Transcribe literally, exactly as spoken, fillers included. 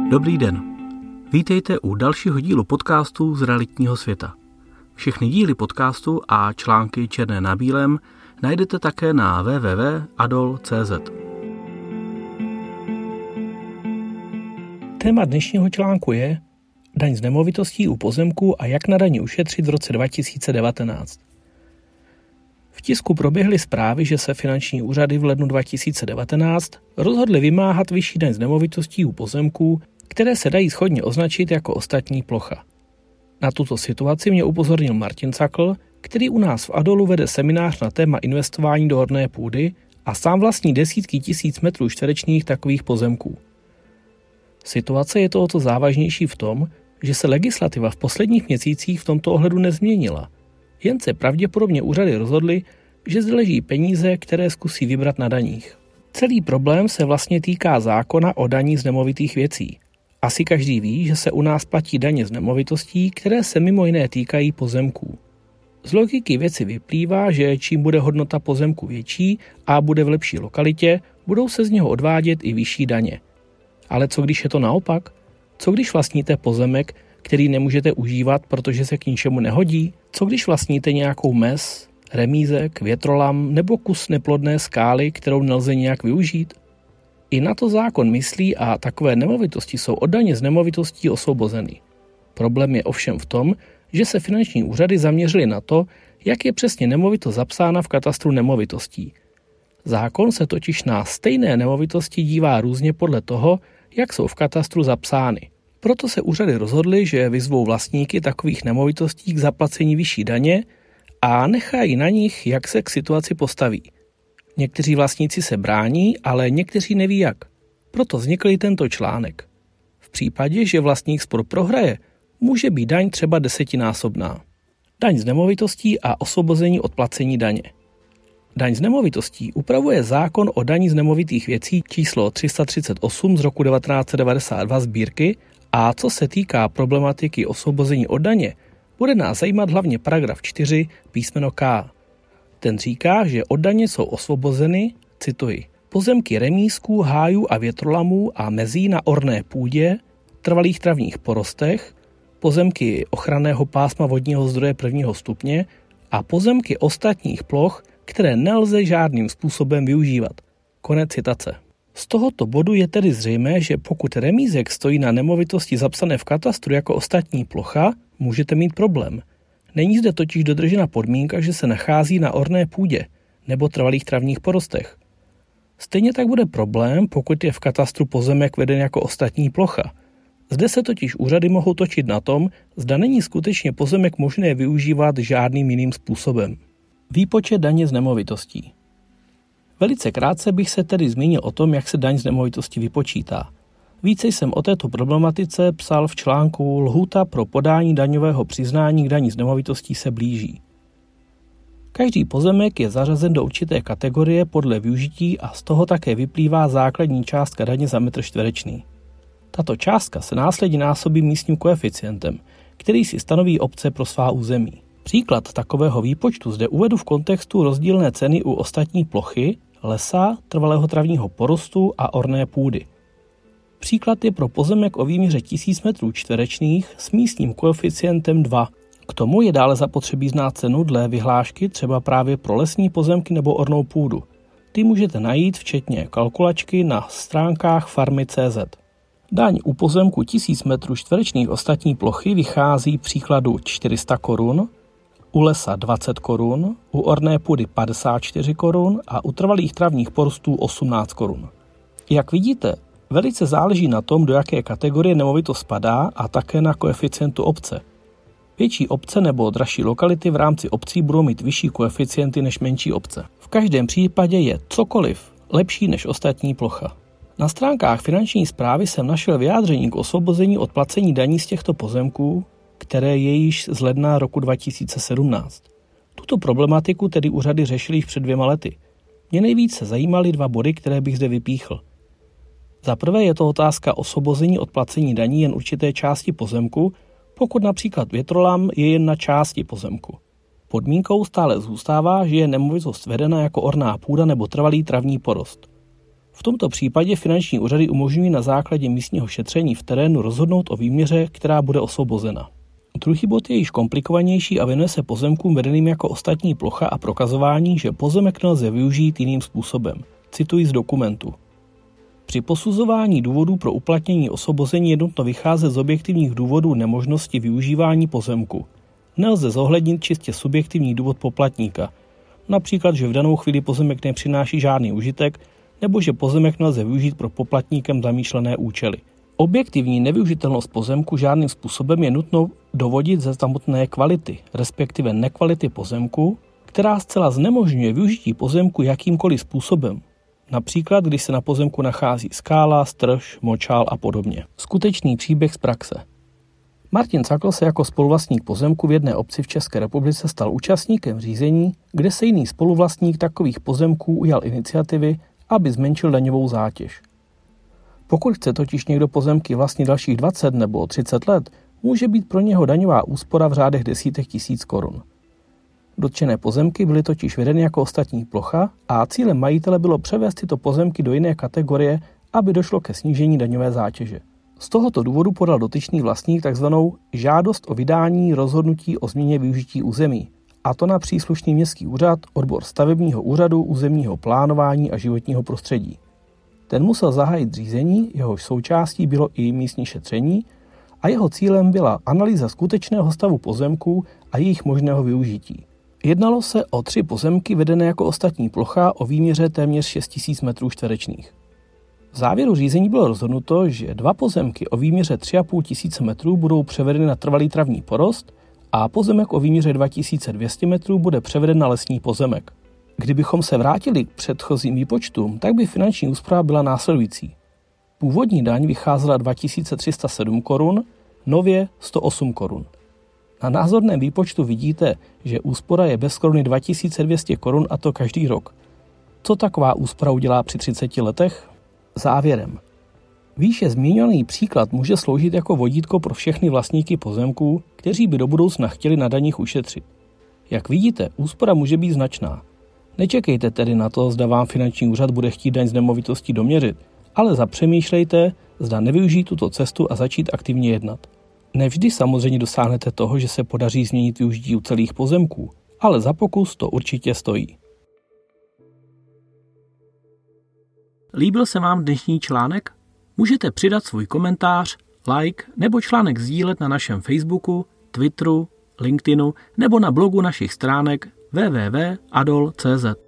Dobrý den. Vítejte u dalšího dílu podcastu z realitního světa. Všechny díly podcastu a články černé na bílém najdete také na w w w tečka adol tečka c z. Téma dnešního článku je daň z nemovitostí u pozemků a jak na dani ušetřit v roce dva tisíce devatenáct. V tisku proběhly zprávy, že se finanční úřady v lednu dva tisíce devatenáct rozhodly vymáhat vyšší daň z nemovitostí u pozemků, které se dají shodně označit jako ostatní plocha. Na tuto situaci mě upozornil Martin Cakl, který u nás v Adolu vede seminář na téma investování do orné půdy a sám vlastní desítky tisíc metrů čtverečních takových pozemků. Situace je tohoto závažnější v tom, že se legislativa v posledních měsících v tomto ohledu nezměnila. Jen se pravděpodobně úřady rozhodly, že zde leží peníze, které zkusí vybrat na daních. Celý problém se vlastně týká zákona o daní z nemovitých věcí. Asi každý ví, že se u nás platí daně z nemovitostí, které se mimo jiné týkají pozemků. Z logiky věci vyplývá, že čím bude hodnota pozemku větší a bude v lepší lokalitě, budou se z něho odvádět i vyšší daně. Ale co když je to naopak? Co když vlastníte pozemek, který nemůžete užívat, protože se k ničemu nehodí? Co když vlastníte nějakou mez, remízek, větrolam nebo kus neplodné skály, kterou nelze nějak využít? I na to zákon myslí a takové nemovitosti jsou od daně z nemovitostí osvobozeny. Problém je ovšem v tom, že se finanční úřady zaměřily na to, jak je přesně nemovitost zapsána v katastru nemovitostí. Zákon se totiž na stejné nemovitosti dívá různě podle toho, jak jsou v katastru zapsány. Proto se úřady rozhodly, že vyzvou vlastníky takových nemovitostí k zaplacení vyšší daně a nechají na nich, jak se k situaci postaví. Někteří vlastníci se brání, ale někteří neví jak. Proto vznikl i tento článek. V případě, že vlastník spor prohraje, může být daň třeba desetinásobná. Daň z nemovitostí a osvobození od placení daně. Daň z nemovitostí upravuje zákon o dani z nemovitých věcí číslo tři sta třicet osm z roku devatenáct set devadesát dva sbírky a co se týká problematiky osvobození od daně, bude nás zajímat hlavně paragraf čtyři písmeno K. Ten říká, že od daně jsou osvobozeny, cituji, pozemky remízků, hájů a větrolamů a mezí na orné půdě, trvalých travních porostech, pozemky ochranného pásma vodního zdroje prvního stupně a pozemky ostatních ploch, které nelze žádným způsobem využívat. Konec citace. Z tohoto bodu je tedy zřejmé, že pokud remízek stojí na nemovitosti zapsané v katastru jako ostatní plocha, můžete mít problém. Není zde totiž dodržena podmínka, že se nachází na orné půdě nebo trvalých travních porostech. Stejně tak bude problém, pokud je v katastru pozemek veden jako ostatní plocha. Zde se totiž úřady mohou točit na tom, zda není skutečně pozemek možné využívat žádným jiným způsobem. Výpočet daně z nemovitostí. Velice krátce bych se tedy zmínil o tom, jak se daň z nemovitosti vypočítá. Více jsem o této problematice psal v článku Lhůta pro podání daňového přiznání k dani z nemovitostí se blíží. Každý pozemek je zařazen do určité kategorie podle využití a z toho také vyplývá základní částka daně za metr čtverečný. Tato částka se následně násobí místním koeficientem, který si stanoví obce pro svá území. Příklad takového výpočtu zde uvedu v kontextu rozdílné ceny u ostatní plochy, lesa, trvalého travního porostu a orné půdy. Příklad je pro pozemek o výměře tisíc metrů čtverečných s místním koeficientem dva. K tomu je dále zapotřebí znát cenu dle vyhlášky třeba právě pro lesní pozemky nebo ornou půdu. Ty můžete najít včetně kalkulačky na stránkách farmy tečka cé zet. Daň u pozemku tisíc metrů čtverečných ostatní plochy vychází příkladu čtyři sta korun, u lesa dvacet korun, u orné půdy padesát čtyři korun a u trvalých travních porostů osmnáct korun. Jak vidíte, velice záleží na tom, do jaké kategorie nemovitost spadá a také na koeficientu obce. Větší obce nebo dražší lokality v rámci obcí budou mít vyšší koeficienty než menší obce. V každém případě je cokoliv lepší než ostatní plocha. Na stránkách finanční správy jsem našel vyjádření k osvobození od placení daní z těchto pozemků, které je již z ledna roku dva tisíce sedmnáct. Tuto problematiku tedy úřady řešily již před dvěma lety. Mě nejvíce zajímaly dva body, které bych zde vypíchl. Za prvé je to otázka osvobození od placení daní jen určité části pozemku, pokud například větrolam je jen na části pozemku. Podmínkou stále zůstává, že je nemovitost vedena jako orná půda nebo trvalý travní porost. V tomto případě finanční úřady umožňují na základě místního šetření v terénu rozhodnout o výměře, která bude osvobozena. Druhý bod je již komplikovanější a věnuje se pozemkům vedeným jako ostatní plocha a prokazování, že pozemek nelze využít jiným způsobem. Cituji z dokumentu. Při posuzování důvodů pro uplatnění osvobození je nutno vycházet z objektivních důvodů nemožnosti využívání pozemku. Nelze zohlednit čistě subjektivní důvod poplatníka, například, že v danou chvíli pozemek nepřináší žádný užitek, nebo že pozemek nelze využít pro poplatníkem zamýšlené účely. Objektivní nevyužitelnost pozemku žádným způsobem je nutno dovodit ze samotné kvality, respektive nekvality pozemku, která zcela znemožňuje využití pozemku jakýmkoliv způsobem. Například, když se na pozemku nachází skála, strž, močál a podobně. Skutečný příběh z praxe. Martin Cakl se jako spoluvlastník pozemku v jedné obci v České republice stal účastníkem řízení, kde se jiný spoluvlastník takových pozemků ujal iniciativy, aby zmenšil daňovou zátěž. Pokud chce totiž někdo pozemky vlastnit dalších dvacet nebo třicet let, může být pro něho daňová úspora v řádech desítek tisíc korun. Dotčené pozemky byly totiž vedeny jako ostatní plocha a cílem majitele bylo převést tyto pozemky do jiné kategorie, aby došlo ke snížení daňové zátěže. Z tohoto důvodu podal dotyčný vlastník takzvanou žádost o vydání rozhodnutí o změně využití území, a to na příslušný městský úřad, odbor stavebního úřadu, územního plánování a životního prostředí. Ten musel zahájit řízení, jehož součástí bylo i místní šetření a jeho cílem byla analýza skutečného stavu pozemků a jejich možného využití. Jednalo se o tři pozemky vedené jako ostatní plocha o výměře téměř šest tisíc metrů čtverečních. V závěru řízení bylo rozhodnuto, že dva pozemky o výměře tři a půl tisíce metrů budou převedeny na trvalý travní porost a pozemek o výměře dva tisíce dvě stě metrů bude převeden na lesní pozemek. Kdybychom se vrátili k předchozím výpočtům, tak by finanční úspora byla následující. Původní daň vycházela dva tisíce tři sta sedm korun, nově sto osm korun. Na názorném výpočtu vidíte, že úspora je bez koruny dva tisíce dvě stě korun a to každý rok. Co taková úspora udělá při třiceti letech? Závěrem. Výše zmíněný příklad může sloužit jako vodítko pro všechny vlastníky pozemků, kteří by do budoucna chtěli na daních ušetřit. Jak vidíte, úspora může být značná. Nečekejte tedy na to, zda vám finanční úřad bude chtít daň z nemovitostí doměřit, ale zapřemýšlejte, zda nevyužít tuto cestu a začít aktivně jednat. Nevždy samozřejmě dosáhnete toho, že se podaří změnit využití u celých pozemků, ale za pokus to určitě stojí. Líbil se vám dnešní článek? Můžete přidat svůj komentář, like nebo článek sdílet na našem Facebooku, Twitteru, LinkedInu nebo na blogu našich stránek w w w tečka adol tečka c z.